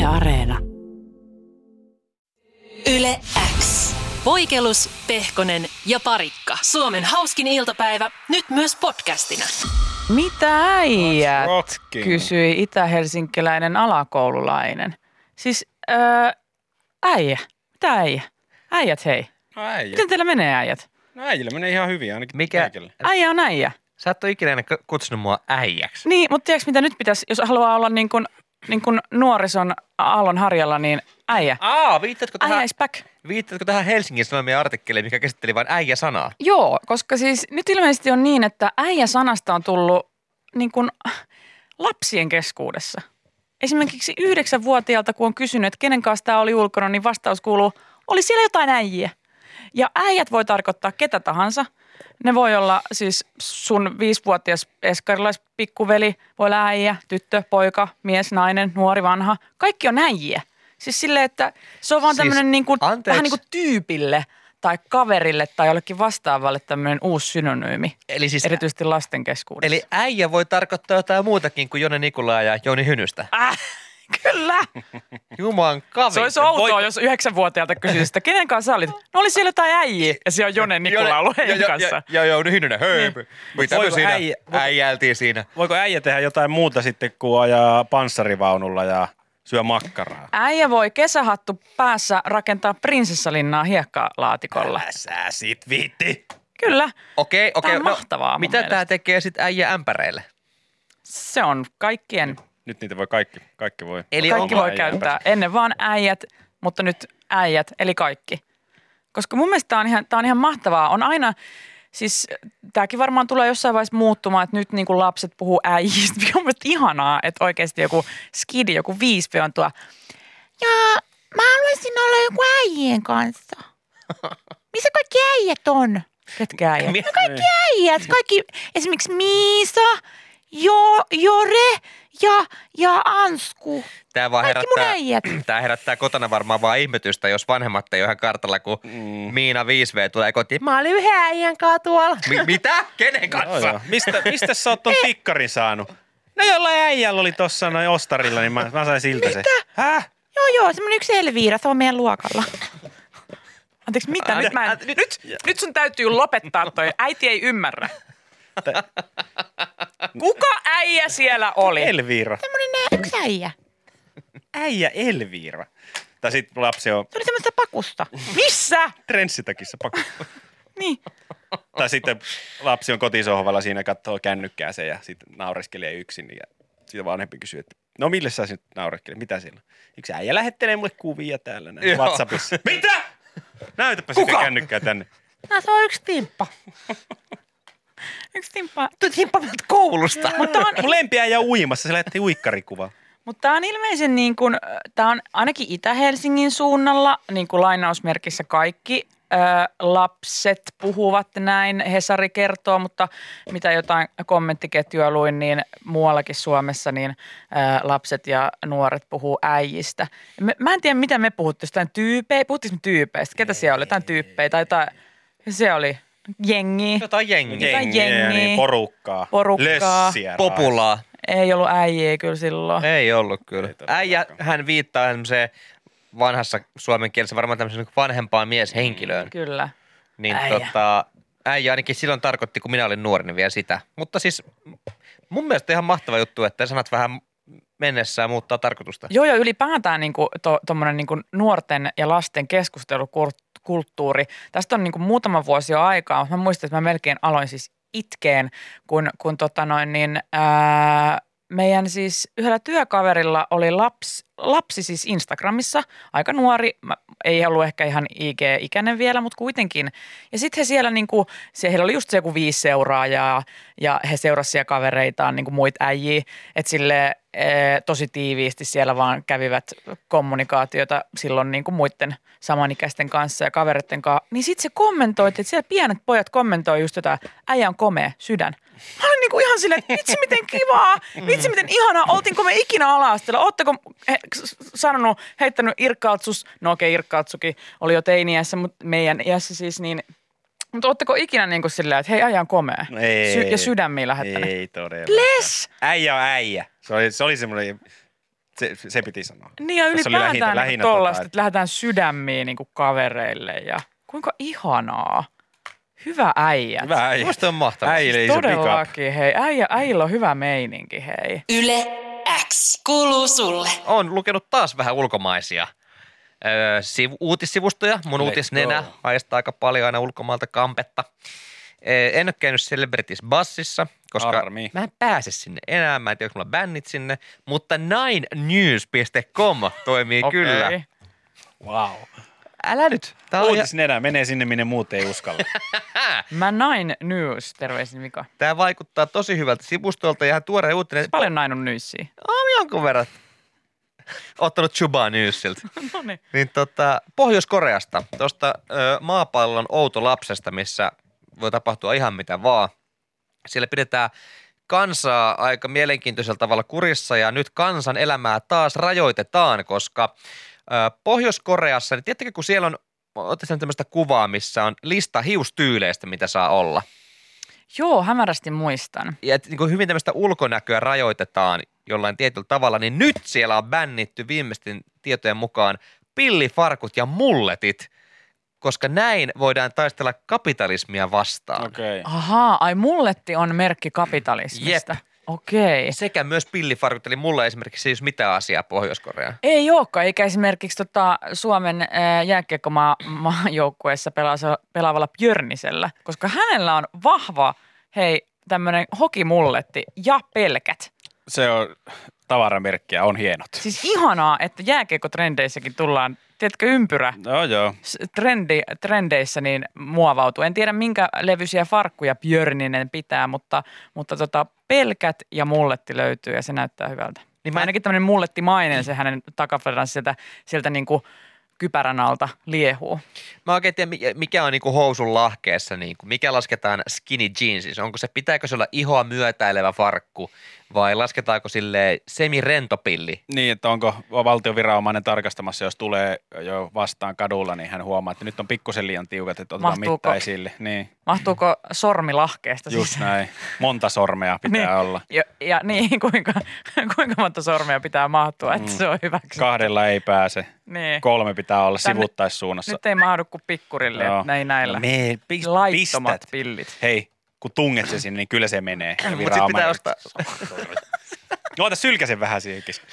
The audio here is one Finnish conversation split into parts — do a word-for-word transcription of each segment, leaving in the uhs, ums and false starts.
Yle Areena. Yle X. Voikelus, Pehkonen ja Parikka. Suomen hauskin iltapäivä, nyt myös podcastina. Mitä äijät, Rocking. kysyi itä-helsinkiläinen alakoululainen. Siis, öö, äijä. Mitä äijä? Äijät hei. No äijä. Miten teillä menee äijät? No äijillä menee ihan hyvin ainakin. Mikä? Kaikille. Äijä on äijä. Sä et ole ikinä ennen kutsunut mua äijäksi. Niin, mutta tiedätkö mitä nyt pitäisi, jos haluaa olla niin kuin, niin kuin nuorison aallon harjalla, niin äijä. Aa, viittatko Äijä tähän, is back. viittatko tähän Helsingin Sanomien artikkeliin, mikä käsitteli vain äijä-sanaa? Joo, koska siis nyt ilmeisesti on niin, että äijä-sanasta on tullut niin kuin lapsien keskuudessa. Esimerkiksi yhdeksänvuotiaalta, kun on kysynyt, että kenen kanssa tämä oli ulkona, niin vastaus kuuluu, oli siellä jotain äijiä. Ja äijät voi tarkoittaa ketä tahansa. Ne voi olla siis sun viisivuotias eskaralaispikkuveli, voi olla äijä, tyttö, poika, mies, nainen, nuori, vanha. Kaikki on äijiä. Siis silleen, että se on vaan Siis, tämmöinen niin kuin, anteeksi. vähän niin kuin tyypille tai kaverille tai jollekin vastaavalle tämmöinen uusi synonyymi. Eli siis Erityisesti lasten keskuudessa. Eli äijä voi tarkoittaa jotain muutakin kuin Jone Nikulaa ja Jouni Hynystä. Äh, kyllä. Juman kavi. Se olisi outoa, jos yhdeksänvuotiaalta kysyisi sitä, kenen kanssa sä olit? No oli siellä jotain äijiä. Ja siellä on Jone Nikula ollut heidän kanssa. Ja Jouni Hynynen, hei. Mitä me voiko siinä äijä- voiko- äijältiin siinä? Voiko äijä tehdä jotain muuta sitten kuin ajaa panssarivaunulla ja syö makkaraa? Äijä voi kesähattu päässä rakentaa prinsessalinnaa hiekkalaatikolla. Älä sä sit viitti. Kyllä, Okei, okei. Tää on mahtavaa mun Mitä mielestä. tää tekee sitten äijä ämpäreille? se on kaikkien, Nyt niitä voi kaikki, kaikki voi. Eli kaikki onko voi äijä käyttää. Ennen vaan äijät, mutta nyt äijät, eli kaikki. Koska mun mielestä tää on ihan, tää on ihan mahtavaa. On aina, siis tääkin varmaan tulee jossain vaiheessa muuttumaan, että nyt niin kuin lapset puhuu äijistä. Mikä on mielestäni ihanaa, että oikeasti joku skidi, joku viispe on tuo. Ja mä haluaisin olla joku äijien kanssa. Missä kaikki äijät on? Ketkä äijät? Mi- No kaikki äijät. Kaikki, esimerkiksi Miisa, jo, Jore ja, ja Ansku. Tää vaan Kaikki mun herättää, äijät. tää herättää kotona varmaan vaan ihmetystä, jos vanhemmat ei ole ihan kartalla, kun mm. Miina viisi V tulee kotiin. Mä olin yhden äijän kanssa tuolla. Mi- mitä? Kenen kanssa? Joo, joo. Mistä, mistä sä oot ton tikkarin saanut? No jollain äijällä oli tossa noin ostarilla, niin mä, mä sain siltä se. Mitä? Häh? Joo, joo, semmoinen yksi Elviira, se on meidän luokalla. Anteeksi, mitä? Nyt, mä en, nyt, nyt sun täytyy lopettaa toi. Äiti ei ymmärrä. Kuka äijä siellä oli? Elviira. Semmoinen yksi äijä. Äijä Elviira. Tai sit lapsi on Se oli semmoista pakusta. Missä? trenssitakissa paku. Niin. Tai sitten lapsi on kotisohvalla siinä, katsoo kännykkäänsä ja sitten naureskelee yksin. Ja sitten vanhempi kysyy, että no mille sä nyt naureskelet? Mitä siellä on? Yksi äijä lähettelee mulle kuvia täällä näin Joo. WhatsAppissa. Mitä? Näytäpä sitä kännykkää tänne. No se on yksi timppa. Yksi timppa. Tuot himppaat koulusta. Mutta on, Mun lempiäijä on uimassa, se lähetti uikkarikuva. mutta tämä on ilmeisen niin kuin, tämä on ainakin Itä-Helsingin suunnalla, niin kuin lainausmerkissä kaikki ö, lapset puhuvat näin, Hesari kertoo, mutta mitä jotain kommenttiketjua luin, niin muuallakin Suomessa niin ö, lapset ja nuoret puhuu äijistä. Me, mä en tiedä, mitä me puhuttiin, jostain tyypeistä, puhuttiinko me tyypeistä, ketä siellä oli, jotain tyyppejä tai jotain, se oli jengi, Jotain jengiä. Jotain jengiä. niin porukkaa. Porukkaa. Lössiä. Populaa. ei ollut äijiä kyllä silloin. Ei ollut kyllä. Ei todellakaan. Äijä, hän viittaa tämmöiseen vanhassa suomen kielessä varmaan tämmöiseen vanhempaan mieshenkilöön. Kyllä. Niin Äijä. tota, äijä ainakin silloin tarkoitti, kun minä olin nuori, niin vielä sitä. Mutta siis mun mielestä ihan mahtava juttu, että sanat vähän mennessään muuttaa tarkoitusta. Joo, joo, ylipäätään niin kuin, to, tommonen, niin kuin nuorten ja lasten keskustelukulttuuri. Tästä on niin kuin muutama vuosi jo aikaa, mutta mä muistan, että mä melkein aloin siis itkeen, kun, kun tota noin, niin, ää, meidän siis yhdellä työkaverilla oli lapsi, lapsi siis Instagramissa, aika nuori, mä, ei ollut ehkä ihan I G-ikäinen vielä, mutta kuitenkin. Ja sitten he siellä, niin kuin, se, heillä oli just se joku viisi seuraajaa ja he seurasivat siellä kavereitaan niin kuin muita äijiä, että sille tosi tiiviisti siellä vaan kävivät kommunikaatiota silloin niin kuin muiden samanikäisten kanssa ja kavereiden kanssa. Niin sitten se kommentoi, että siellä pienet pojat kommentoi just jotain, äijä on komea, sydän. Mä olin niin kuin ihan silleen, että vitsi miten kivaa, vitsi miten ihanaa, oltiinko me ikinä ala-asteella, ootteko he, sanonut, heittänyt Irkkautsus, no okei okay, Irkkautsukin oli jo teini-iässä, mutta meidän iässä siis niin, mutta ootteko ikinä niin kuin silleen, että hei äijä on komea No ei. Sy- ja sydämiä lähettänyt? Ei todella. Bless! Äijä on äijä. Se oli, se oli semmoinen Se, se piti sanoa. Niin ja Tässä oli ylipäätään lähinnä- niin lähinnä tollaista, tota, että lähdetään sydämiin niin kuin kavereille ja kuinka ihanaa. Hyvä äijät. Hyvä äijä. Musta on mahtavaa. Äijille iso pick up. Todellakin, hei. Äijä, äijillä on hyvä meininki, hei. Yle X kuuluu sulle. Oon lukenut taas vähän ulkomaisia öö, sivu, uutissivustoja. Mun Let's uutisnenä go. haistaa aika paljon aina ulkomaalta kampetta. Ee, en ole käynyt Celebrities Bassissa, koska Armi. mä en pääse sinne enää. Mä en tiedä, onko mulla bännit sinne. Mutta nine news piste com toimii Okei. kyllä. Wow. Älä nyt. Tää on, Uutisnenä menee sinne, minne muut ei uskalla. Mä Nine News, terveisin Mika. tää vaikuttaa tosi hyvältä sivustolta ja ihan tuore uutinen. Paljon Nine on nyyssiä. On jonkun verran. Ottanut Chuba Newsiltä. No niin. Niin tota, Pohjois-Koreasta, tuosta ö, maapallon outolapsesta, missä voi tapahtua ihan mitä vaan. Siellä pidetään kansaa aika mielenkiintoisella tavalla kurissa ja nyt kansan elämää taas rajoitetaan, koska ö, Pohjois-Koreassa, niin tiedättekö kun siellä on, otetaan tämmöistä kuvaa, missä on lista hiustyyleistä, mitä saa olla. Joo, hämärästi muistan. Ja että niin kuin hyvin tämmöistä ulkonäköä rajoitetaan jollain tietyllä tavalla, niin nyt siellä on bännitty viimeisten tietojen mukaan pillifarkut ja mulletit, koska näin voidaan taistella kapitalismia vastaan. Okei. Okay. Ahaa, ai mulletti on merkki kapitalismista. Jep. Okei. Sekä myös pillifarkut, eli mulla esimerkiksi ei olisi mitään asiaa Pohjois-Koreaan. Ei olekaan, eikä esimerkiksi tota Suomen äh, jääkiekkomaajoukkueessa pelaavalla Björnisellä, koska hänellä on vahva, hei, tämmöinen hokimulletti ja pelkät. Se on tavaramerkkiä, on hienot. Siis ihanaa, että jääkiekkotrенdeissäkin tullaan, tiedätkö, ympyrä Joo, joo. s- trendi, trendeissä niin muovautuu. En tiedä, minkä levyisiä farkkuja Björninen pitää, mutta, mutta tota, pelkät ja mulletti löytyy ja se näyttää hyvältä. Niin Niin mä- ainakin tämmöinen mullettimainen se hänen takaferran sieltä, sieltä niin kuin kypärän alta liehuu. Mä oikein tiedä, mikä- mikä on niinku housun lahkeessa, niinku, mikä lasketaan skinny jeansis. Onko se, pitääkö se olla ihoa myötäilevä farkku vai lasketaanko sille semirentopilli? Niin, että onko valtioviranomainen tarkastamassa, jos tulee jo vastaan kadulla, niin hän huomaa, että nyt on pikkusen liian tiukat, että otetaan Mahtuuko- mitta esille. Niin, Mahtuuko sormi lahkeesta just sisään? näin. Monta sormea pitää Niin. olla. Ja, ja niin, kuinka, kuinka monta sormea pitää mahtua, että Mm. se on hyväksi. Kahdella ei pääse. Niin. Kolme pitää olla Tänne- sivuttaissuunnassa. Nyt ei mahdu kuin pikkurille, Joo. että näin näillä. Me pist, Laittomat pistät. pillit. Hei, kun tunget se sinne, niin kyllä se menee. Ja Mut sit pitää viranomainen- ostaa. No ota sylkäsen vähän siihen kesken.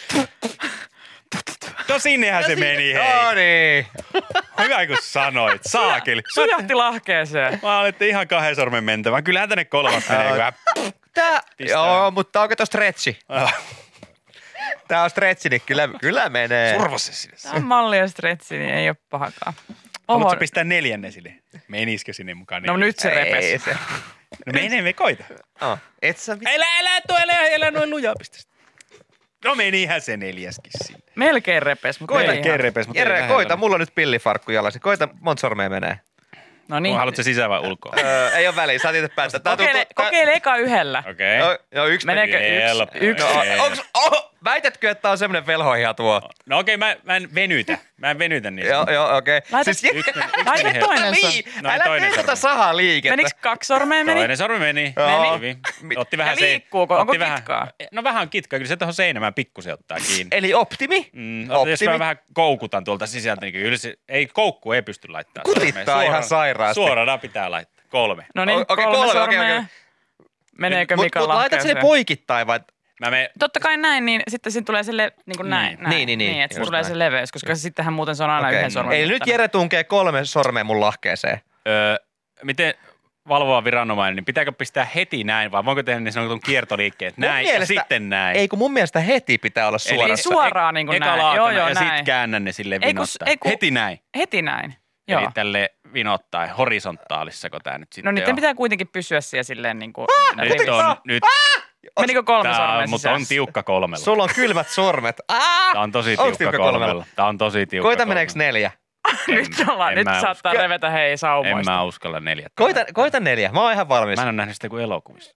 No sinnehän se meni, hei. No niin. Hyvä kun sanoit, saakeli. Sujahti lahkeeseen. Mä olette ihan kahden sormen mentävä. Kyllähän tänne kolmas menee. kun hän- Tää, Pistää. joo, mutta onko tuo stretchi? Ah, Tää on stretchi, niin kyllä, kyllä menee. Survo se sinne. Tämä on malli ja stretchi, niin ei ole pahakaan. Haluatko Oho. pistää neljänne sille? Menisikö sinne mukaan? No neljä? nyt se Ei repes. se. No mene, me koita. Oh, et sä mit- Älä, älä tuo, älä, älä noin lujaa pistä sitä. No menihän se neljäskin sinne. Melkein repes, mutta Koita ei ihan. Kerrepes, mutta ei Jere, lähellä. koita, mulla on nyt pillifarkku jalasi. Koita, monta sormea menee. No niin. Haluatko sisään vai ulkoa? Öö, ei ole väliä, sä itse päättää. Tää Kokeile, tuntuu- tää- kokeile eka yhdellä. Okei. No, no yksi Meneekö meni. yksi? Helppo. yksi? No, Okei. onks, oh, väitätkö, että tää on semmonen velhoihia tuo? No okei, mä, mä en venytä. Mä en venytä niistä. Joo, joo, okei. Okay. Laita- Siis, Yksi meni, yksi Laita meni toinen helppo. sormi. No, älä toinen tee sormi. tätä sahaa liikettä. Menikö kaksi sormea meni? Toinen sormi meni. Joo. Meni hyvin. Otti vähän Ja liikkuuko? otti Onko vähän, kitkaa? No vähän on kitkaa. Kyllä se tuohon seinämään pikkusen ottaa kiinni. Eli optimi? Mm, Optimi. jos mä vähän koukutan tuolta sisältä, niin kyllä se, ei koukku ei pysty laittamaan. Kutittaa sormea. ihan sairaasti. Suorana pitää laittaa. Kolme. No niin, O- okei, kolme, kolme, sormea. okei, okei. Meneekö Mut, Mikan mut laitat lahkeeseen? sen poikittain vai? Mä menen, Totta kai näin, niin sitten siinä tulee se le- niin kuin näin, Niin. näin. Niin, niin, niin. niin että se Just tulee näin. se leveys, koska sittenhän muuten se on aina Okei. yhden sormen Eli nyt mittainen. Jere tunkee kolme sormea mun lahkeeseen. öö, miten valvova viranomainen, niin pitääkö pistää heti näin vai voinko tehdä niin sanotun kiertoliikkeet Mun näin mielestä- ja sitten näin? Ei kun mun mielestä heti pitää olla Eli suorassa. Eli suoraan niin kuin Eka näin. laakana Joo, joo, ja näin. sitten käännän ne silleen Ei kun- vinottaa. ei kun- Heti näin. Heti näin. Eli Joo. tälle vinottaa horisontaalissa, kun tää nyt sitten No niiden on. pitää kuitenkin pysyä siellä silleen niin kuin... Nyt on, nyt, Menikö kolme tää sormea on, mutta on sisässä? tiukka kolmella. Sulla on kylmät sormet. Aa! Tää on tosi Onks tiukka, tiukka kolmella. kolmella? Tää on tosi tiukka Koita kolmella. meneekö neljä? Nyt, ollaan, en nyt mä saattaa usko. revetä hei En saumoista. mä uskalla neljä. Koita, koita neljä. Mä oon ihan valmis. Mä en ole nähnyt sitä kuin elokuvissa.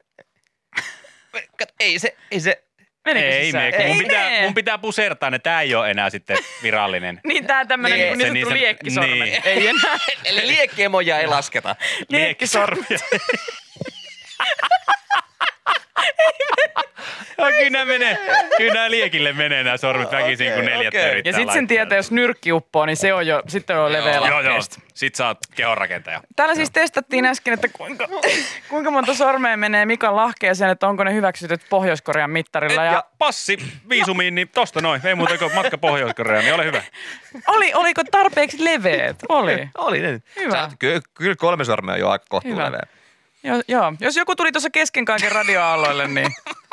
Kat- Ei se, ei se. Menikö Ei sisään? mene, kun mun Ei pitää, mene. mun pitää pusertaa ne. Tää ei ole enää sitten virallinen. Niin tää tämmönen Niin, niin, se niin niin sanottu san- liekkisormet. niin. Ei enää. Eli liekkiemoja ei lasketa. Liekkisormet. Oh, kyllä nämä menee. Kyllä nämä liekille menee nämä sormet väkisin, kun neljät okei. yrittää Ja sit sen laittaa. tietää, jos nyrkki uppoo, niin se on jo, sitten on leveä Joo, joo. lakkeesta. Sit sä oot kehonrakentaja. Täällä siis testattiin äsken, että kuinka, kuinka monta sormea menee Mikan lahkeeseen, että onko ne hyväksytyt Pohjois-Korean mittarilla. Ja, Ja passi viisumiin, niin tosta noin. Ei muuta kuin matka Pohjois-Koreaan, niin ole hyvä. oli, oliko tarpeeksi leveät? Oli. Oli ne. Hyvä. Sä, kyllä, kyllä kolme sormea on jo aika kohtuu Hyvä. leveä. Jo, joo. Jos joku tuli tuossa kesken kaiken radioaalloille, niin,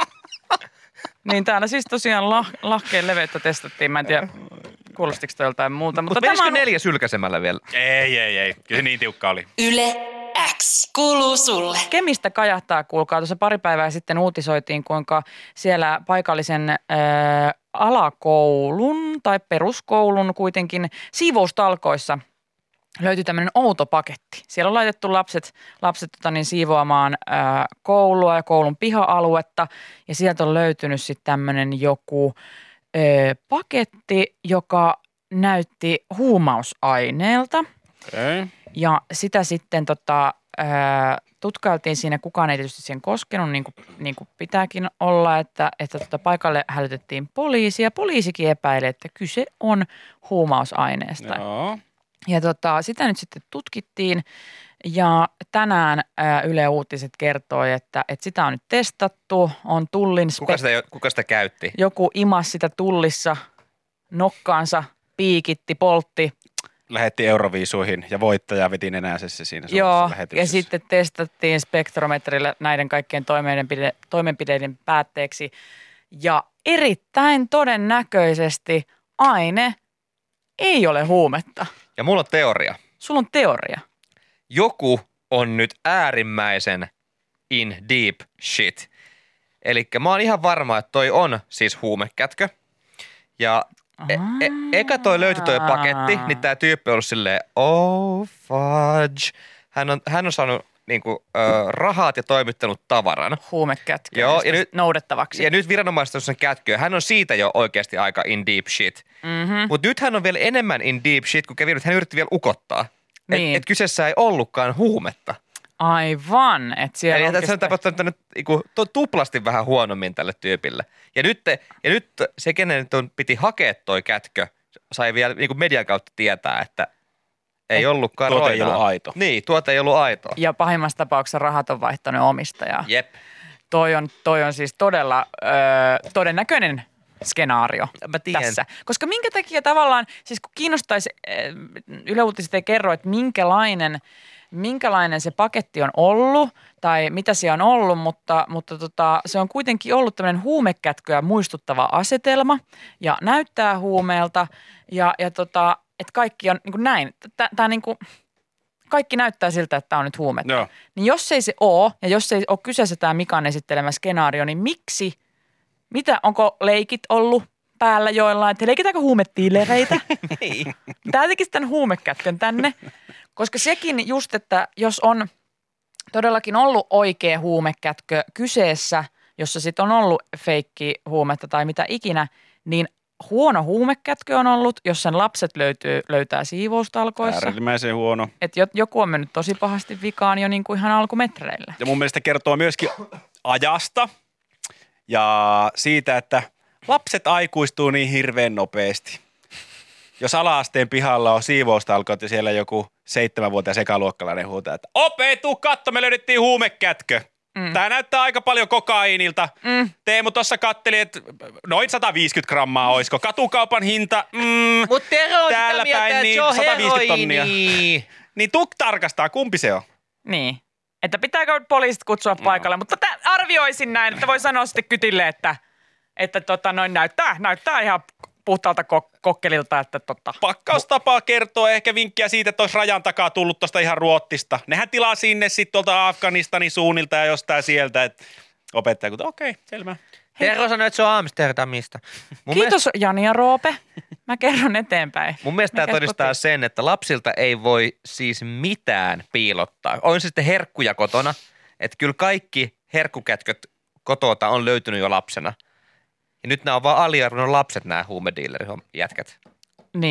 niin täällä siis tosiaan lah, lahkeen leveyttä testattiin. Mä en tiedä, kuulostiko toi joltain muuta. Mutta Mutta tämä menisikö on neljä sylkäsemällä vielä? Ei, ei, ei. Kyllä se niin tiukka oli. Yle X kuuluu sulle. Kemistä kajahtaa, kuulkaa. Tuossa pari päivää sitten uutisoitiin, kuinka siellä paikallisen ää, alakoulun tai peruskoulun kuitenkin siivoustalkoissa löytyi tämmöinen outo paketti. Siellä on laitettu lapset, lapset tota niin, siivoamaan ää, koulua ja koulun piha-aluetta ja sieltä on löytynyt sitten tämmöinen joku ää, paketti, joka näytti huumausaineelta. Okay. Ja sitä sitten tota, ää, tutkailtiin siinä, kukaan ei tietysti siihen koskenut, niin kuin, niin kuin pitääkin olla, että, että tota, paikalle hälytettiin poliisi ja poliisikin epäili, että kyse on huumausaineesta. Joo. Ja tota, sitä nyt sitten tutkittiin ja tänään ää, Yle Uutiset kertoi, että, että sitä on nyt testattu, on tullin Kuka spek- sitä, kuka sitä käytti? joku imas sitä tullissa nokkaansa, piikitti, poltti. Lähetti Euroviisuihin ja voittaja veti nenänsä se siinä Joo, samassa lähetyksessä. ja sitten testattiin spektrometrillä näiden kaikkien toimenpide- toimenpiteiden päätteeksi. Ja erittäin todennäköisesti aine ei ole huumetta. Ja mulla on teoria. Sulla on teoria. Joku on nyt äärimmäisen in deep shit. Eli mä oon ihan varma, että toi on siis huumekätkö. Ja e- e- eka toi löytyi toi paketti, niin tää tyyppi on ollut silleen, oh fudge. Hän on, hän on saanut niinku, ö, rahat ja toimittanut tavaran. Huumekätkö Joo, ja nyt- noudettavaksi. Ja nyt viranomaiset on sen kätköä. Hän on siitä jo oikeasti aika in deep shit. Mm-hmm. Mutta nyt hän on vielä enemmän in deep shit, kun kävi nyt. Hän yritti vielä ukottaa. Niin. Että et kyseessä ei ollutkaan huumetta. Aivan, että siellä Eli onkin että se on sitä- tapahtunut nyt niinku, to- tuplasti vähän huonommin tälle tyypille. Ja nyt, ja nyt se, kenen nyt on, piti hakea toi kätkö, sai vielä niinku median kautta tietää, että ei ollutkaan tuote ei roinaa. ollut aito. Niin, tuote ei ollut aito. Ja pahimmassa tapauksessa rahat on vaihtanut omistajaa. Jep. Toi on, toi on siis todella ö, todennäköinen skenaario Mä tiedän. tässä. Koska minkä takia tavallaan, siis kun kiinnostaisi, ö, Yle Uutiset ei kerro, että minkälainen, minkälainen se paketti on ollut tai mitä siellä on ollut, mutta, mutta tota, se on kuitenkin ollut tämmöinen huumekätköä muistuttava asetelma ja näyttää huumeelta ja, ja tota, että kaikki on niin kuin näin. Tämä niin kuin, kaikki näyttää siltä, että tämä on nyt huumetta. Joo. Niin jos ei se ole, ja jos ei ole kyseessä tämä Mikan esittelemä skenaario, niin miksi, mitä, onko leikit ollut päällä joillain, että leikitäänkö huumetiilereitä? Niin. Tämä tekisi tämän huumekätkön tänne, koska sekin just, että jos on todellakin ollut oikea huumekätkö kyseessä, jossa sitten on ollut feikki huumetta tai mitä ikinä, niin huono huumekätkö on ollut, jos sen lapset löytyy, löytää siivoustalkoissa. Äärimmäisen huono. Että joku on mennyt tosi pahasti vikaan jo niin kuin ihan alkumetreillä. Ja mun mielestä kertoo myöskin ajasta ja siitä, että lapset aikuistuu niin hirveän nopeasti. Jos ala-asteen pihalla on siivoustalkot ja siellä joku seitsemänvuotias ekaluokkalainen huutaa, että Ope, tuu katso, me löydettiin huumekätkö. Mm. Tää näyttää aika paljon kokaiinilta. Mm. Teemu tuossa katteli, että noin sata viisikymmentä grammaa oisko. Katukaupan hinta, mm, Mutta Tero on täällä sitä mieltä, päin että niin se on sata viisikymmentä tonnia. heroiini. Niin tuu tarkastaa, kumpi se on. Niin. Että pitääkö poliisit kutsua paikalle, mutta tä, arvioisin näin, että voi sanoa sitten kytille, että, että tota, noin näyttää, näyttää ihan puhtaalta kok- kokkelilta, että tota. Pakkaustapaa kertoo ehkä vinkkiä siitä, että olisi rajan takaa tullut tuosta ihan Ruottista. Nehän tilaa sinne sitten tuolta Afganistanin suunnilta ja jostain sieltä, että opettaja, kun okei, okay, selvä. Tero sanoi, että se on Amsterdamista. Mun Kiitos Jani ja Roope. Mä kerron eteenpäin. Mun mielestä tämä Mikäs todistaa kotiin? sen, että lapsilta ei voi siis mitään piilottaa. On se sitten herkkuja kotona, että kyllä kaikki herkkukätköt kotota on löytynyt jo lapsena. Ja nyt nämä on vaan aliarvonnut lapset, nämä huumediilerijätkät. Niin,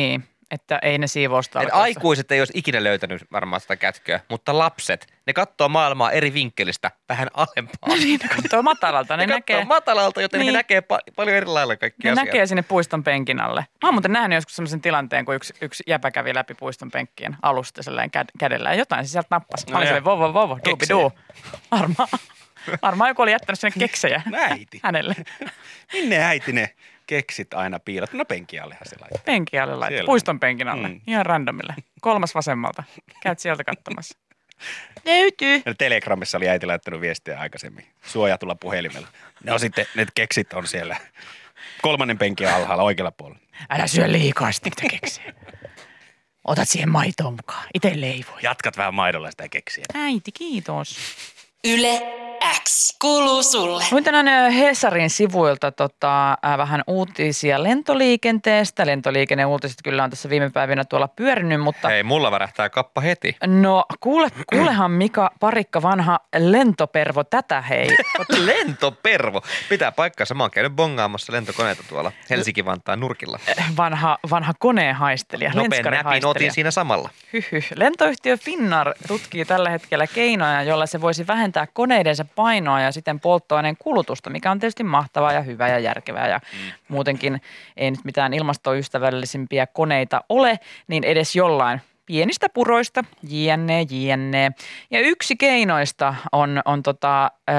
että ei ne siivousta Et aikuiset ei olisi ikinä löytänyt varmaan sitä kätköä, mutta lapset, ne katsoo maailmaa eri vinkkelistä vähän alempaa. Niin, ne katsoo matalalta. Ne, ne näkee katsoo matalalta, joten niin. he näkee pa- paljon eri lailla kaikki ne asiat. näkee sinne puiston penkin alle. Mä oon muuten nähnyt joskus sellaisen tilanteen, kun yksi, yksi jäpä kävi läpi puiston penkkien alusta sellainen kä- kädellä ja jotain se sieltä nappasi. Mä olin silleen, vovo, vovo, duubi duu. Varmaan. Varmaan joku oli jättänyt sinne keksejä Äiti. hänelle. Minne äiti ne keksit aina piilat? No penkin allehan se laittaa. Penkin alle laittaa, Siellä. puiston penkin alle. Mm. Ihan randomille. Kolmas vasemmalta. Käyt sieltä katsomassa. Löytyy. Ja Telegramissa oli äiti laittanut viestiä aikaisemmin suojatulla puhelimella. Ne on sitten, ne keksit on siellä kolmannen penkin alhaalla oikealla puolella. Älä syö liikaa sitten niitä keksiä. Otat siihen maitoa mukaan. Itelle ei voi. Jatkat vähän maidolla sitä keksiä. Äiti, kiitos. Yle X kuuluu sulle. Luin tänään Hesarin sivuilta tota, äh, vähän uutisia lentoliikenteestä. Lentoliikenneuutiset kyllä on tässä viime päivinä tuolla pyörinyt, mutta Hei, mulla värähtää kappa heti. no kuule, kuulehan Mika Parikka, vanha lentopervo tätä hei. Lentopervo. Pitää paikkansa. Mä oon käynyt bongaamassa lentokoneita tuolla Helsinki-Vantaan nurkilla. Vanha, vanha koneenhaistelija, Nopean näpin lenskarihaistelija. otin siinä samalla. Hyhy. Lentoyhtiö Finnair tutkii tällä hetkellä keinoja, joilla se voisi vähentää koneidensa painoa ja siten polttoaineen kulutusta, mikä on tietysti mahtavaa ja hyvää ja järkevää. Ja mm. muutenkin ei nyt mitään ilmastoystävällisimpiä koneita ole, niin edes jollain pienistä puroista, jne, jne. Ja yksi keinoista on, on tota, ö,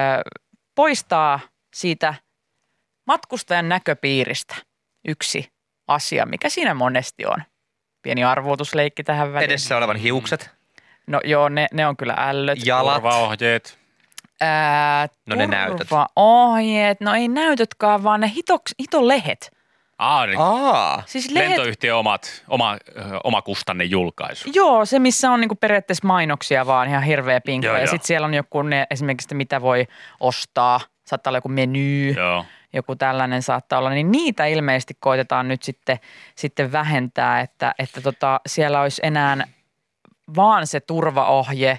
poistaa siitä matkustajan näköpiiristä yksi asia, mikä siinä monesti on. Pieni arvotusleikki tähän väliin. Edessä olevan hiukset. No joo, ne, ne on kyllä ällöt. Jalat. Turvaohjeet. Ää, No ne näytöt. Turvaohjeet, no ei näytötkään, vaan ne hito, hitolehet. Aa, niin Aa. Siis lehet, lentoyhtiö omat, oma, ö, oma kustanne julkaisu. joo, se missä on niinku periaatteessa mainoksia vaan ihan hirveä pinkko. Joo, Ja joo. sitten siellä on joku ne, esimerkiksi, että mitä voi ostaa. Saattaa olla joku meny, Joo. joku tällainen saattaa olla. Niin niitä ilmeisesti koitetaan nyt sitten, sitten vähentää, että, että tota, siellä olisi enää vaan se turvaohje,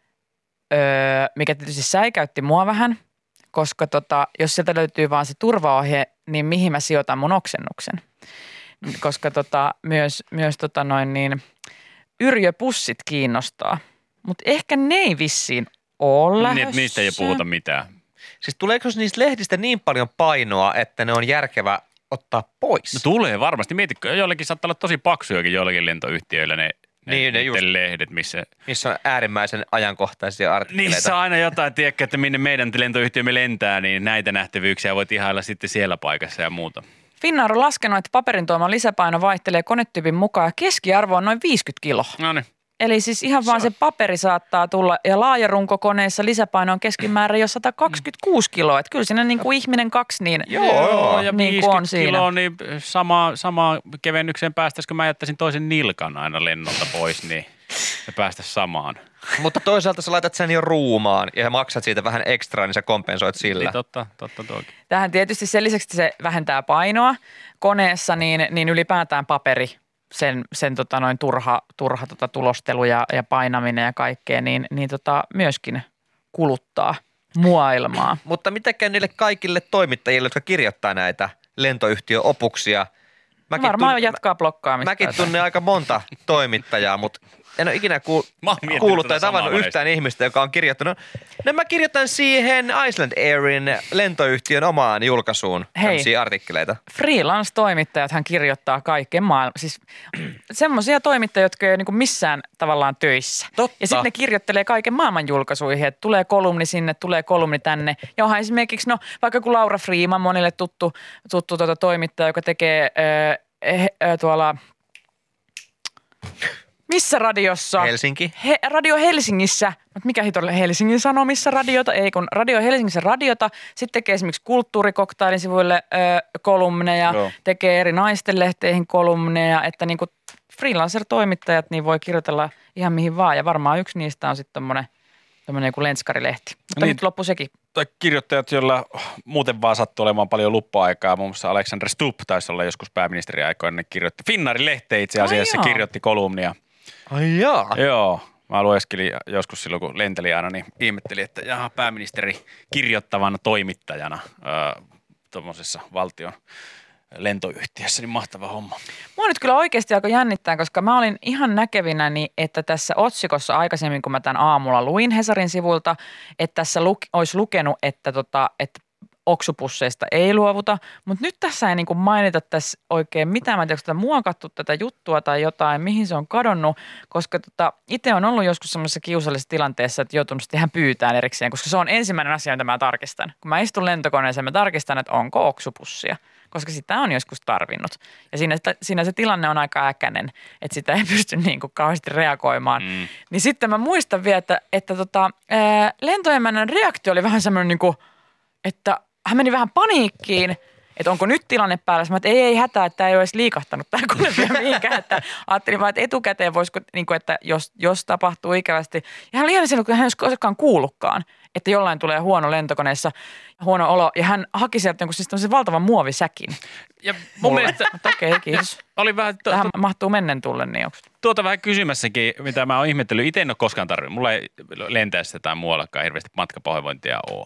öö, mikä tietysti säikäytti mua vähän, koska tota, jos sieltä löytyy vaan se turvaohje, niin mihin mä sijoitan mun oksennuksen. Koska tota, myös, myös tota noin niin, yrjöpussit kiinnostaa, mutta ehkä ne ei vissiin ole lähdössä. Ni, niistä ei puhuta mitään. Siis tuleeko niistä lehdistä niin paljon painoa, että ne on järkevä ottaa pois? No tulee varmasti. Mietitkö, joillekin saattaa olla tosi paksujakin joillekin lentoyhtiöillä ne, ne, Niin, ne niiden just- lehdet, missä... Missä on äärimmäisen ajankohtaisia artikkeleita. Niissä on aina jotain, tiedätkö, että minne meidän lentoyhtiömme lentää, niin näitä nähtävyyksiä voit ihailla sitten siellä paikassa ja muuta. Finnair on laskenut, että paperin tuoma lisäpaino vaihtelee konetyypin mukaan ja keskiarvo on noin viisikymmentä kiloa. No niin. Eli siis ihan vaan se paperi saattaa tulla ja laajarunkokoneissa lisäpaino on keskimäärin jo sata kaksikymmentäkuusi kiloa. Että kyllä siinä niin kuin ihminen kaksi niin, Joo, ja niin kuin on viisikymmentä siinä. kiloa, niin sama, sama kevennykseen päästäisikö mä jättäisin toisen nilkan aina lennolta pois, niin me päästäisiin samaan. Mutta toisaalta sä laitat sen jo ruumaan ja maksat siitä vähän ekstraa, niin sä kompensoit sillä. Niin totta, totta toki. Tähän tietysti sen lisäksi, että se vähentää painoa koneessa, niin, niin ylipäätään paperi, sen, sen tota noin turha, turha tota tulostelu ja, ja painaminen ja kaikkea, niin, niin tota myöskin kuluttaa muailmaa. Mutta mitä käy niille kaikille toimittajille, jotka kirjoittaa näitä lentoyhtiöopuksia? Mäkin Varmaan tun- jatkaa blokkaamista. Mäkin tunnen aika monta toimittajaa, mutta en ole ikinä kuul- Mä oon miettinyt kuullut tätä tai samaa tavannut monesti. yhtään ihmistä, joka on kirjoittanut. No mä kirjoitan siihen Iceland Airin lentoyhtiön omaan julkaisuun Hei. tämmöisiä artikkeleita. Freelance-toimittajathan kirjoittaa kaiken maailman. Siis semmoisia toimittajia, jotka ei ole niin missään tavallaan töissä. Totta. Ja sitten ne kirjoittelee kaiken maailman julkaisuihin, että tulee kolumni sinne, tulee kolumni tänne. Ja onhan esimerkiksi, no vaikka kun Laura Freeman, monille tuttu, tuttu tuota toimittaja, joka tekee äh, eh, äh, tuolla, missä radiossa? Helsinki. He, Radio Helsingissä, mutta mikä hito Helsingin Sanomissa radiota, ei kun Radio Helsingissä radiota, sitten tekee esimerkiksi kulttuurikoktailin sivuille ö, kolumneja, Joo. tekee eri naistenlehteihin kolumneja, että niinku freelancer-toimittajat niin voi kirjoitella ihan mihin vaan ja varmaan yksi niistä on sitten tommonen, tommonen joku lenskarilehti. Mutta Niin. nyt loppu sekin. Tai kirjoittajat, joilla muuten vaan sattuu olemaan paljon luppa-aikaa. Muun muassa Alexander Stubb taisi olla joskus pääministeriaikoina, kirjoitti Finnaarin lehteen itse asiassa, Ai joo. kirjoitti kolumnia. Ai jaa. Joo, mä lueskelin joskus silloin, kun lenteli aina, niin ihmettelin, että jaha, pääministeri kirjoittavana toimittajana öö, tuommoisessa valtion lentoyhtiössä, niin mahtava homma. Mua nyt kyllä oikeasti aika jännittää, koska mä olin ihan näkevinäni, että tässä otsikossa aikaisemmin, kun mä tämän aamulla luin Hesarin sivulta, että tässä lu- olisi lukenut, että, tota, että oksupusseista ei luovuta, mutta nyt tässä ei niinku mainita tässä oikein mitään. Mä en tiedä, onko tätä muokattu tätä juttua tai jotain, mihin se on kadonnut, koska tota, itse on ollut joskus semmoisessa kiusallisessa tilanteessa, että joutunut sitten ihan pyytään erikseen, koska se on ensimmäinen asia, mitä mä tarkistan. Kun mä istun lentokoneeseen, mä tarkistan, että onko oksupussia, koska sitä on joskus tarvinnut. Ja siinä, siinä se tilanne on aika äkäinen, että sitä ei pysty niin kuin kauheasti reagoimaan. Mm. Niin sitten mä muistan vielä, että, että tota, ää, lentoemännän reaktio oli vähän semmoinen, niin kuin, että hän meni vähän paniikkiin, että onko nyt tilanne päällä. Mä että ei, ei hätää, että tämä ei ole edes liikahtanut tämä kone vielä mihinkään. Että ajattelin vaan, että etukäteen voisiko, niin kuin, että jos, jos tapahtuu ikävästi. Ja hän oli ihan sen, kun hän ei olisi koskaan kuullutkaan, että jollain tulee huono lentokoneessa, huono olo. Ja hän haki sieltä niin siis tämmöisen valtavan muovisäkin. Ja mun mielestä... Okei, okay, kiitos. Oli vähän... To, Tähän mahtuu mennen tulle, niin onko? Tuota vähän kysymässäkin, mitä mä oon ihmetellyt. Itse en ole koskaan tarvinnut. Mulla ei lentäessä tai muuallakaan hirveästi matkapahoinvointia ole.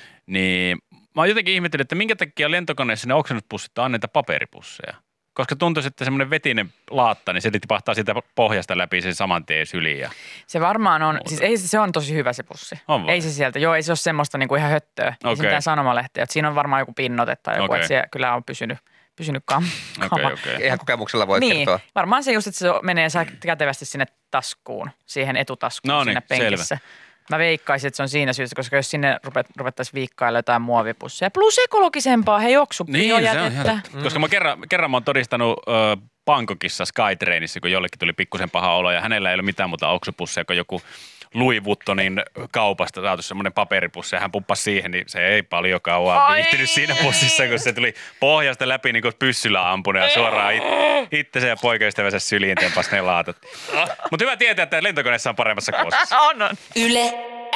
Niin mä oon jotenkin ihmetellyt, että minkä takia lentokoneessa ne oksennuspussit on niitä paperipusseja. Koska tuntuisi, että semmoinen vetinen laatta, niin se tipahtaa siitä pohjasta läpi sen saman tien syliin. Ja se varmaan on, muuta. siis ei se, se on tosi hyvä se pussi. On ei se sieltä, joo ei se ole semmoista niinku ihan höttöä. Okay. Ei se mitään sanomalehtiä, että siinä on varmaan joku pinnote tai joku, Okay. että siellä kyllä on pysynyt, pysynyt kam- Okei, kama. okei. Ihan kokemuksella voit Niin, kertoa. varmaan se just, että se menee kätevästi sinne taskuun, siihen etutaskuun No siinä niin, penkissä. selvä. Mä veikkaisin, että se on siinä syystä, koska jos sinne rupet, ruvettaisiin viikkailla jotain muovipusseja. Plus ekologisempaa, hei oksu, Niin, se on biojätettä. ihan totta. Koska mä kerran, kerran mä oon todistanut ö, Bangkokissa Skytrainissa, kun jollekin tuli pikkusen paha olo ja hänellä ei ole mitään muuta oksupusseja kuin joku Louis Vuittonin kaupasta saatu semmoinen paperipussi ja hän puppasi siihen, niin se ei paljon kauan Ai. viihtynyt siinä pussissa, kun se tuli pohjasta läpi niin kuin pyssyllä ampunut ja suoraan it, itsensä ja poikaystävänsä syliin tempas ne laatat. Mutta hyvä tietää, että lentokoneessa on paremmassa kuosassa. On, on. Yle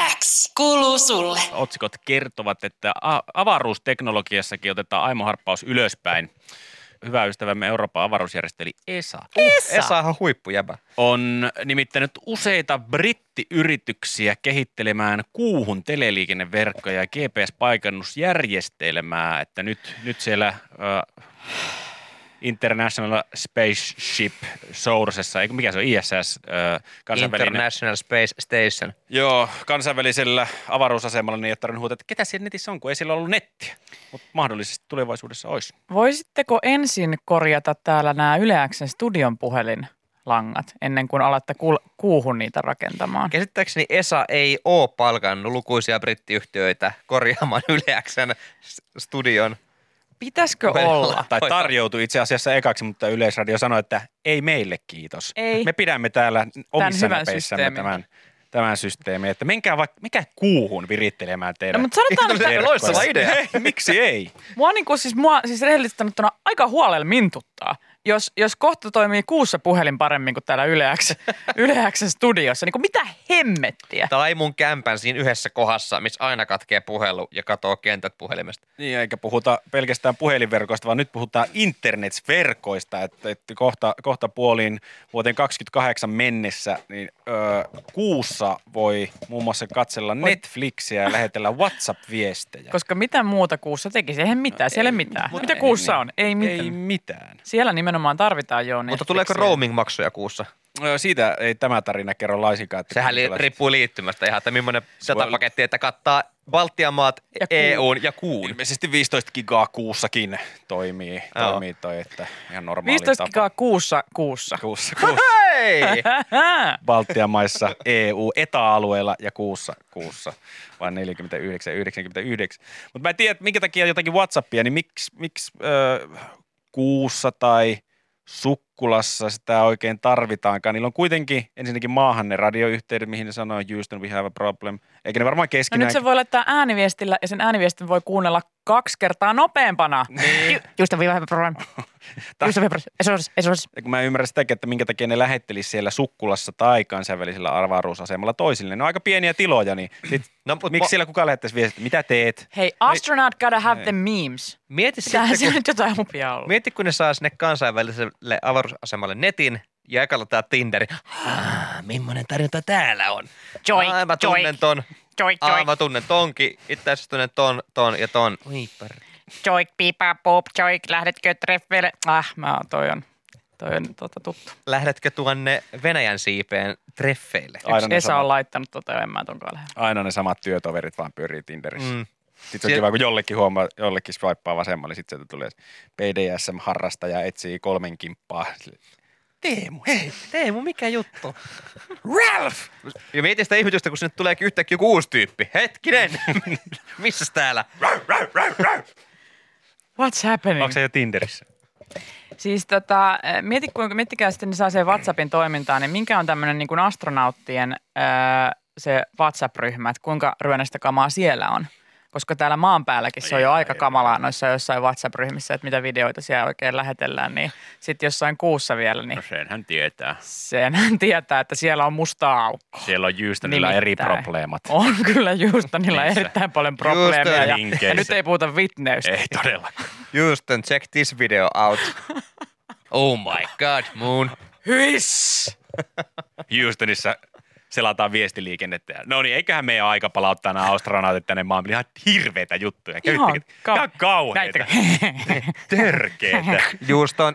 X kuuluu sulle. Otsikot kertovat, että a- avaruusteknologiassakin otetaan aimoharppaus ylöspäin. Hyvä ystävämme Euroopan avaruusjärjestö eli E S A Esa. Esahan huippujäbä. on nimittänyt useita brittiyrityksiä kehittelemään kuuhun teleliikenneverkkoja ja G P S-paikannusjärjestelmää, että nyt, nyt siellä äh, International Spaceship Sourcessa, eikö mikä se on, I S S, äh, kansainvälinen. International Space Station. Joo, kansainvälisellä avaruusasemalla niin ei ole tarvinnut huutaa, että ketä siellä netissä on, kun ei sillä ollut nettiä. Mutta mahdollisesti tulevaisuudessa olisi. Voisitteko ensin korjata täällä nämä Yle X:n studion puhelinlangat ennen kuin alatte kuul- kuuhun niitä rakentamaan? Käsittääkseni Esa ei ole palkannut lukuisia brittiyhtiöitä korjaamaan Yle X:n studion. Pitäisikö Puhelimella. olla? Tai tarjoutui itse asiassa ekaksi, mutta Yleisradio sanoi, että ei meille kiitos. Ei. Me pidämme täällä omissa hyvän näpeissämme systeemin. tämän, tämän systeemin, että menkää vaikka, mikä kuuhun virittelemään teidän. No, mutta sanotaan, Eikö että se loistava idea? Ei, miksi ei? mua, niin kuin, siis, mua siis rehellisesti sanottuna aika huolella mintuttaa, jos, jos kohta toimii kuussa puhelin paremmin kuin täällä Yle X, Yle X:n studiossa. Niin kuin mitä hemmettiä? Tai mun kämpän siinä yhdessä kohdassa, missä aina katkee puhelu ja katoo kentät puhelimesta. Niin, eikä puhuta pelkästään puhelinverkoista, vaan nyt puhutaan internetverkoista, että, että kohta, kohta puoliin vuoteen kaksikymmentäkahdeksan mennessä niin ö, kuussa voi muun muassa katsella Netflixiä ja lähetellä WhatsApp-viestejä. Koska mitä muuta kuussa tekisi? Eihän mitään, siellä ei mitään. Mutta Mitä ei, kuussa niin. on? Ei mitään. Ei mitään. Siellä nimenomaan tarvitaan jo Mutta tuleeko roaming-maksuja kuussa? Ö, Siitä ei tämä tarina kerro laisinkaan. Että Sehän li- minkälaiset- riippuu liittymästä ihan, että millainen Se voi- datapaketti, että kattaa Baltian maat, Ja kuu. E U:n ja kuun. Ilmeisesti viisitoista gigaa kuussakin toimii, Joo. toimii toi, että ihan normaali viisitoista tapa. gigaa kuussa kuussa. Kuussa, kuussa. Hei! Baltian maissa, E U, E T A-alueella ja kuussa, kuussa, vain neljäkymmentäyhdeksän, yhdeksänkymmentäyhdeksän. Mutta mä en tiedä, että minkä takia jotakin WhatsAppia, niin miksi, miksi ö, kuussa tai Sukkulassa sitä oikein tarvitaankaan. Niillä on kuitenkin ensinnäkin maahan ne radioyhteydet, mihin ne sanoo Houston, we have a problem. Eikä ne varmaan No keskenään. nyt se voi laittaa ääniviestillä ja sen ääniviestin voi kuunnella kaksi kertaa nopeampana. Niin. Just we have a problem. Just we have a problem. S O S. Ja kun mä en ymmärrä sitäkin, että minkä takia ne lähettelisi siellä Sukkulassa tai kansainvälisellä avaruusasemalla toisille. Ne on aika pieniä tiloja, niin sit, No, mut miksi mo- siellä kukaan lähettäisi viestiä, mitä teet? Hei, astronaut gotta have the memes. Mieti Pitäähän sitten, siellä kun, nyt jotain lupia olla. mieti, kun ne saa sinne kansainväliselle avaruusasemalle netin ja ekalla tää Tinderi. Ah, millainen tarjonta täällä on? Joik, Ai, mä tunnen joik. ton. Joik, Aa, joik. mä tunnen tonkin. Itse asiassa tunnen ton, ton ja ton. Oi, per... Joik, pipa, pop, joik, lähdetkö treffeille? Ah, mä oon, toi on, toi on tota, tuttu. Lähdetkö tuonne Venäjän siipeen treffeille? Aina Yksi Esa samat, on laittanut tota, en mä tonkaan lähde. aina ne samat työtoverit vaan pyörii Tinderissä. Mm. Sitten se on kiva, kun jollekin huomaa, jollekin swipea vasemmalle, sitten sieltä tulee P D S M-harrastaja etsii kolmen kimppaa. Teemu, hei, Teemu, mikä juttu? Ralph! Ja mietin sitä ihmetystä, kun sinne tulee yhtäkkiä joku uusi tyyppi. Hetkinen! Missäs täällä? What's happening? Onko se jo Tinderissä? Siis tota, mieti, kuinka, miettikää sitten, niin saa sen WhatsAppin toimintaan, niin minkä on tämmöinen niin kuin astronauttien öö, se WhatsApp-ryhmä, että kuinka ryönäistä kamaa siellä on. Koska täällä maan päälläkin se on jo aika kamalaa noissa jossain WhatsApp-ryhmissä, että mitä videoita siellä oikein lähetellään, niin sitten jossain kuussa vielä, niin No senhän tietää. senhän tietää, että siellä on mustaa aukko. Siellä on Houstonilla eri Nimittäin. probleemat. On kyllä Houstonilla Niissä. erittäin paljon probleemia ja, ja linkeissä. nyt ei puhuta Whitneystä. Ei todellakaan. Houston, check this video out. Oh my god, Moon. Hyis! Houstonissa selataan viestiliikennettä. No niin, eiköhän meidän aika palauttaa nämä astronautit tänne maan. Ihan hirveitä juttuja. Ihan, Kävittekö- kau- Ihan kauheita. Näittekö? Törkeetä. Houston.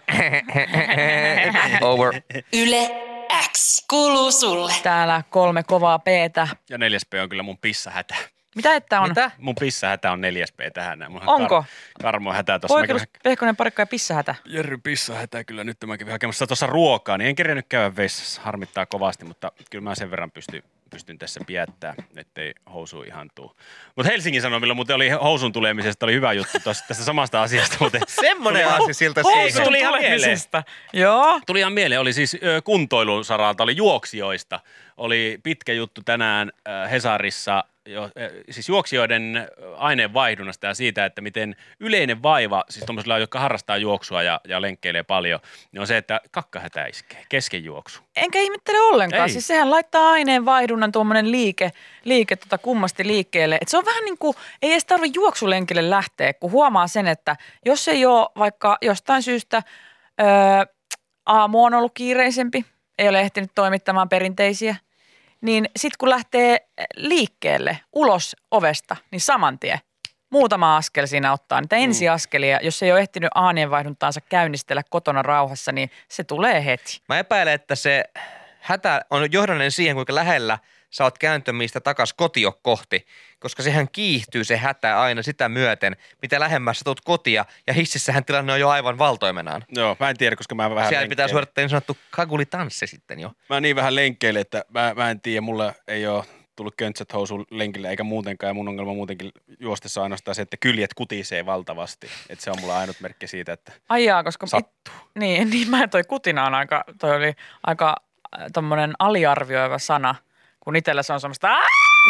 Over. Yle X kuuluu sulle. Täällä kolme kovaa P:tä. Ja neljäs P on kyllä mun pissahätä. Mitä että on? Mitä? Mun pissahätä on neljäs P tähän. näin. Mulla Onko? Kar- Karmo hätä tuossa. Poikelus, Pehkonen, Parikka ja Pissahätä. Jerry pissahätä kyllä nyt mä kävin hakemassa tuossa ruokaa, niin en kerennyt käydä vessassa. Harmittaa kovasti, mutta kyllä mä sen verran pystyn, pystyn tässä pidättää, ettei housu ihan tuu. Mutta Helsingin Sanomilla muuten oli housun tulemisesta oli hyvä juttu tuossa, tästä samasta asiasta. Muuten Semmoinen asia siltä Housun siihen. tuli ihan tulemisesta. Joo. Tuli ihan mieleen, oli siis ö, kuntoilun saralta, oli juoksijoista. Oli pitkä juttu tänään ö, Hesarissa, jo, ö, siis juoksijoiden aineenvaihdunnasta ja siitä, että miten yleinen vaiva, siis tuollaisilla, jotka harrastaa juoksua ja, ja lenkkeilee paljon, niin on se, että kakkahätä iskee kesken juoksu. Enkä ihmettele ollenkaan. Ei. Siis sehän laittaa aineenvaihdunnan tuommoinen liike, liike tota kummasti liikkeelle. Et se on vähän niin kuin, ei edes tarvitse juoksulenkille lähteä, kun huomaa sen, että jos ei ole vaikka jostain syystä öö, aamu on ollut kiireisempi, ei ole ehtinyt toimittamaan perinteisiä, niin sitten kun lähtee liikkeelle ulos ovesta, niin saman tien muutama askel siinä ottaa. Niitä ensiaskelia, jos ei ole ehtinyt aineenvaihduntaansa käynnistellä kotona rauhassa, niin se tulee heti. Mä epäilen, että se hätä on johdollinen siihen, kuinka lähellä sä oot kääntömistä takas kotio kohti, koska sehän kiihtyy se hätä aina sitä myöten, mitä lähemmässä tulet kotia, ja hississähän tilanne on jo aivan valtoimenaan. Joo, mä en tiedä, koska mä vähän Siellä pitää lenkkeilen. suorittaa niin sanottu kagulitanssi sitten jo. Mä niin vähän lenkkeilen, että mä, mä en tiedä, mulla ei ole tullut köntsät housuun lenkille eikä muutenkaan, ja mun ongelma muutenkin juostessa ainoastaan se, että kyljet kutisee valtavasti. Että se on mulla ainut merkki siitä, että Ajaa, koska sattuu. Niin, niin mä toi kutina on aika, toi oli aika äh, tommonen aliarvioiva sana, kun itsellä se on semmoista "Aah!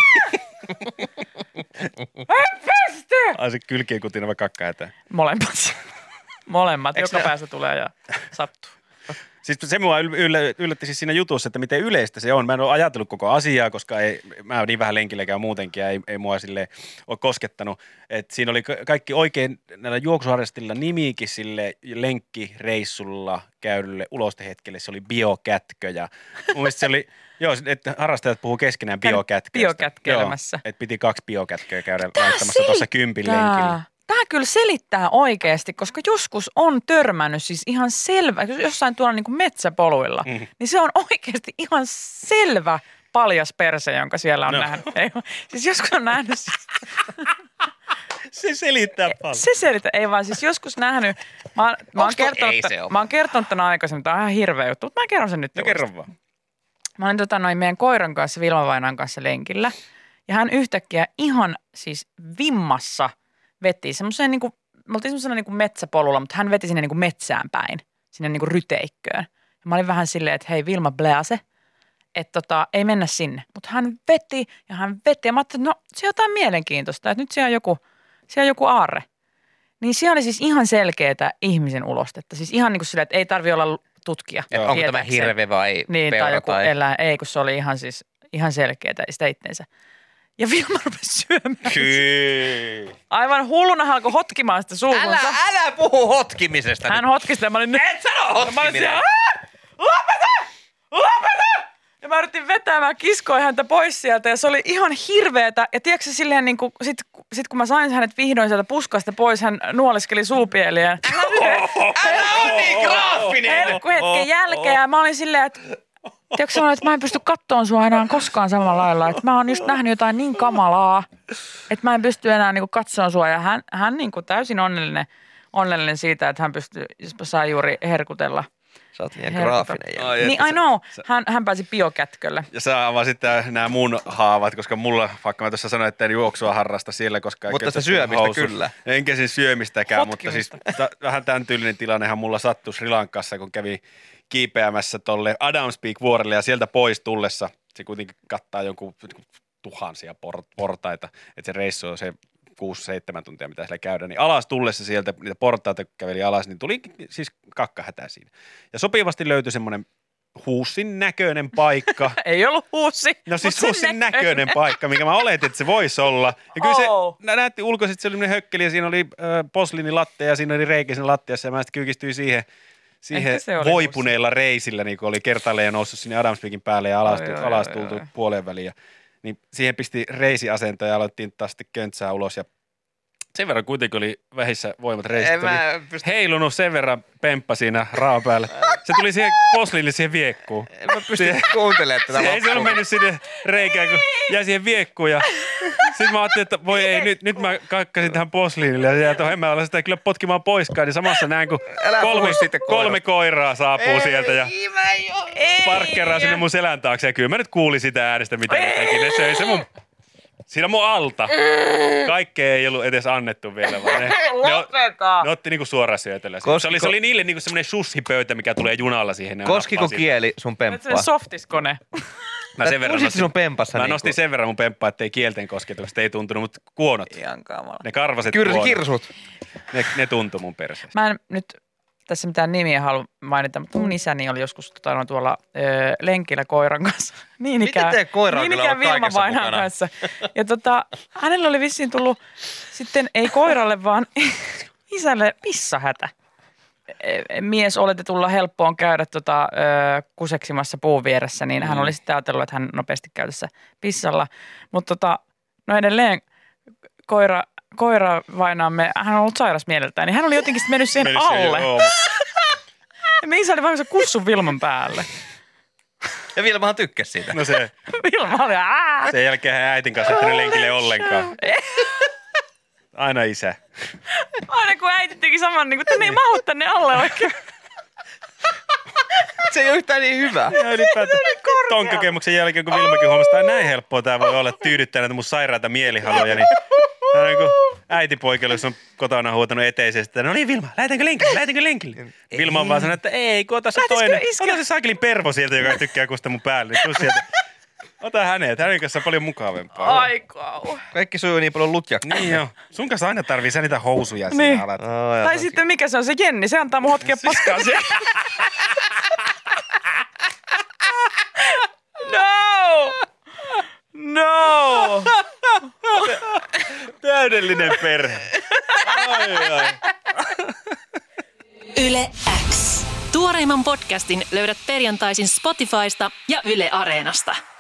En pysty! Ai se kylkien kutina vai kakkahätä? Molemmat. Molemmat, Eikö joka ne- päässä tulee ja sattuu. Siis se mua yl- yl- yllätti siis siinä jutussa, että miten yleistä se on. Mä en ole ajatellut koko asiaa, koska ei, mä oon niin vähän lenkillä käyn muutenkin ja ei, ei mua sille ole koskettanut. Et siinä oli ka- kaikki oikein näillä juoksuharrastilla nimiikin sille lenkkireissulla käydylle ulostehetkelle. Se oli biokätkö ja mun mielestä se oli, joo, että harrastajat puhuu keskenään Käynyt biokätköistä. biokätkeilemässä. Että piti kaksi biokätköä käydä laittamassa tuossa kympin lenkillä. Tämä kyllä selittää oikeasti, koska joskus on törmännyt siis ihan selvä, jossain tuolla niin kuin metsäpoluilla, Mhm. niin se on oikeasti ihan selvä paljas perse, jonka siellä on No. nähnyt. Ei, siis joskus on nähnyt, siis, Se selittää paljon. se selittää, ei vaan siis joskus nähnyt, mä, oon- mä, oon Onks toi- kertonut, ei se oo. mä oon kertonut tämän aikaisemmin, tämä on ihan hirveä juttu, mutta mä kerron sen nyt. No uudestaan. kerro vaan. Mä olin tota, noin meidän koiran kanssa, Vilma Vainan kanssa lenkillä. Ja hän yhtäkkiä ihan siis vimmassa veti semmoiseen niin kuin, me oltiin semmoisena niin kuin metsäpolulla, mutta hän veti sinne niin kuin metsään päin, sinne niin kuin ryteikköön. Ja mä olin vähän silleen, että hei Vilma Blease, että tota, ei mennä sinne. Mutta hän veti ja hän veti ja mä ajattelin, että no se on jotain mielenkiintoista, että nyt siellä on joku, siellä on joku aarre. Niin siellä oli siis ihan selkeätä ihmisen ulostetta. Siis ihan niin kuin silleen, että ei tarvi olla tutkija. Et onko tämä tietääkseen. hirve vai Niin, peura tai joku tai... eläin. Ei, kun se oli ihan siis, ihan selkeätä sitä itteensä. Ja Vilma rupesi syömään. Kyllä. Aivan hulluna hän alkoi hotkimaan sitä Älä, suuhunsa. älä puhu hotkimisesta Hän nyt. hotki sitä ja mä olin nyt. Et sano Mä olin siellä, hotkiminen. "Aah! Lopeta! Lopeta! Ja mä yritin vetää, mä kiskoin häntä pois sieltä ja se oli ihan hirveetä. Ja tiedätkö silleen niin kuin, sit, sit kun mä sain hänet vihdoin sieltä puskasta pois, hän nuoliskeli suupieliään. Älä on niin graafinen! Herkku hetken jälkeen ja mä olin silleen, että tiedätkö sanoa, että mä en pysty kattoon sua enää koskaan samalla lailla. Että mä oon just nähnyt jotain niin kamalaa, että mä en pysty enää niin kuin katsomaan sua. Ja hän, hän niin kuin täysin onnellinen, onnellinen siitä, että hän pystyy, saa juuri herkutella. Sä oot niin graafinen. Ai, Niin, I know. Hän, hän pääsi biokätkölle. Ja sä avasit nämä mun haavat, koska mulla, vaikka mä tuossa sanoin, että en juoksua harrasta siellä, koska... Mutta sitä syömistä housu. Kyllä. Enkä siis syömistäkään, Hotkimista. mutta siis t- vähän tämän tyylinen tilannehan mulla sattui Sri Lankassa, kun kävi kiipeämässä tolle Adams Peak-vuorelle ja sieltä pois tullessa. Se kuitenkin kattaa jonkun tuhansia port- portaita, että se reissu on se kuusi seitsemän tuntia, mitä siellä käydään, niin alas tullessa sieltä, niitä portaita käveli alas, niin tuli siis kakkahätä siinä. Ja sopivasti löytyi semmoinen huussin näköinen paikka. Ei ollut huussi. No siis huussin näköinen paikka, minkä mä oletin, että se voisi olla. Ja kyllä Oh. se näytti ulkoisesti, se oli semmoinen hökkeli ja siinä oli äh, posliinilattia ja siinä oli reikä siinä lattiassa ja mä sitten kyykistyin siihen, siihen Ehkä se oli voipuneilla reisillä, niin kun oli kertaalleen noussut sinne Adams Peakin päälle ja alas, Oi, oi, alas oi, tultu oi. puoleen väliin. Ja, niin siihen pisti reisiasentoja ja aloittiin taas sitten köntsää ulos ja sen verran kuitenkin oli vähissä voimat reisit. En mä Oli pysty- heilunut sen verran pemppa siinä raan päällä. Se tuli siihen posliinille siihen viekkuun. En mä pysty kuuntelemaan tätä Se ei se ollut mennyt sinne reikään, kun jäi siihen viekkuun. Ja sitten mä ajattelin, että voi ei, nyt, nyt mä kakkasin tähän posliinille. Ja sieltä en mä ole sitä kyllä potkimaan poiskaan. Niin samassa näen, kun Älä kolme, puhu siitä koirasta. kolme koiraa saapuu sieltä. Ja Ei. parkkeraa sinne mun selän taakse. Ja kyllä mä nyt kuulin sitä äänestä, mitä ne teki. Ne söi se mun... Siinä mun alta. Kaikkea ei ollut edes annettu vielä, vaan ne, ne, Lopeta. ne otti niinku suoraan syötöllä. Se Koskiko- oli, se oli niille niinku semmoinen sushipöytä, mikä tulee junalla siihen. Ne Koskiko nappaa siitä. kieli sun pemppaa? Se softiskone. Mä sen verran Pusitko nostin, sun pempassa mä niinku? nostin sen verran mun pemppaa, ettei kielten kosketukset ei tuntunut, mutta kuonot, Ihan kamala. ne karvaset Kyrs, kuonot, kirsut. ne, ne tuntui mun perseestä. Mä en nyt tässä mitään nimiä halua mainita, mutta mun isäni oli joskus tota, tuolla ö, lenkillä koiran kanssa. Niin Miten ikään, teidän koira on niin kyllä ikään ollut kaikessa Vilma Vainaan mukana? kanssa. Ja tota, hänellä oli vissiin tullut sitten ei koiralle, vaan isälle pissahätä. E, Mies oletetulla helppo on käydä tota, ö, kuseksimassa puun vieressä, niin hän oli sitten ajatellut, että hän nopeasti käy tässä pissalla. Mutta tota, no edelleen koira... Koira vainaamme, hän on ollut sairas mieleltään, niin hän oli jotenkin mennyt siihen Meni siihen, alle. joo. Ja me isä oli vaan se kussun Vilman päälle. Ja Vilmahan tykkäsi siitä. No se, Vilma oli ää. sen jälkeen hän äitin kanssa ei lenkille ollenkaan. Aina isä. Aina kun äiti teki saman, niin kuin, että ne ei mahu tänne alle oikein. Se ei ole yhtään niin hyvä. Ja ylipäätään ton kokemuksen jälkeen, kun Vilmakin huomasi, että näin helppoa tämä voi olla tyydyttää näitä mun sairaita mielihaluja, niin tämä on niin kuin äitipoikille, jos on kotona huutanut eteisesti, että no niin Vilma, lähdetäänkö lenkille, lähdetäänkö lenkille? Vilma on vaan sanonut, että ei, kun ota se Lähtisikö toinen, iskä? ota se sakelin pervo sieltä, joka tykkää kusta mun päälle, niin tuu sieltä. Ota hänet, hänen kanssa on paljon mukavampaa. Ai kau. Kaikki sujuu niin paljon lutjakkaan. Niin joo, sun kanssa aina tarvii sä niitä housuja Niin. siinä alat. Oh, Tai sitten mikä se on se Jenni, se antaa mun hotkia paskaa siellä. No! No! Täydellinen perhe. Ai ai. Yle X. Tuoreimman podcastin löydät perjantaisin Spotifysta ja Yle Areenasta.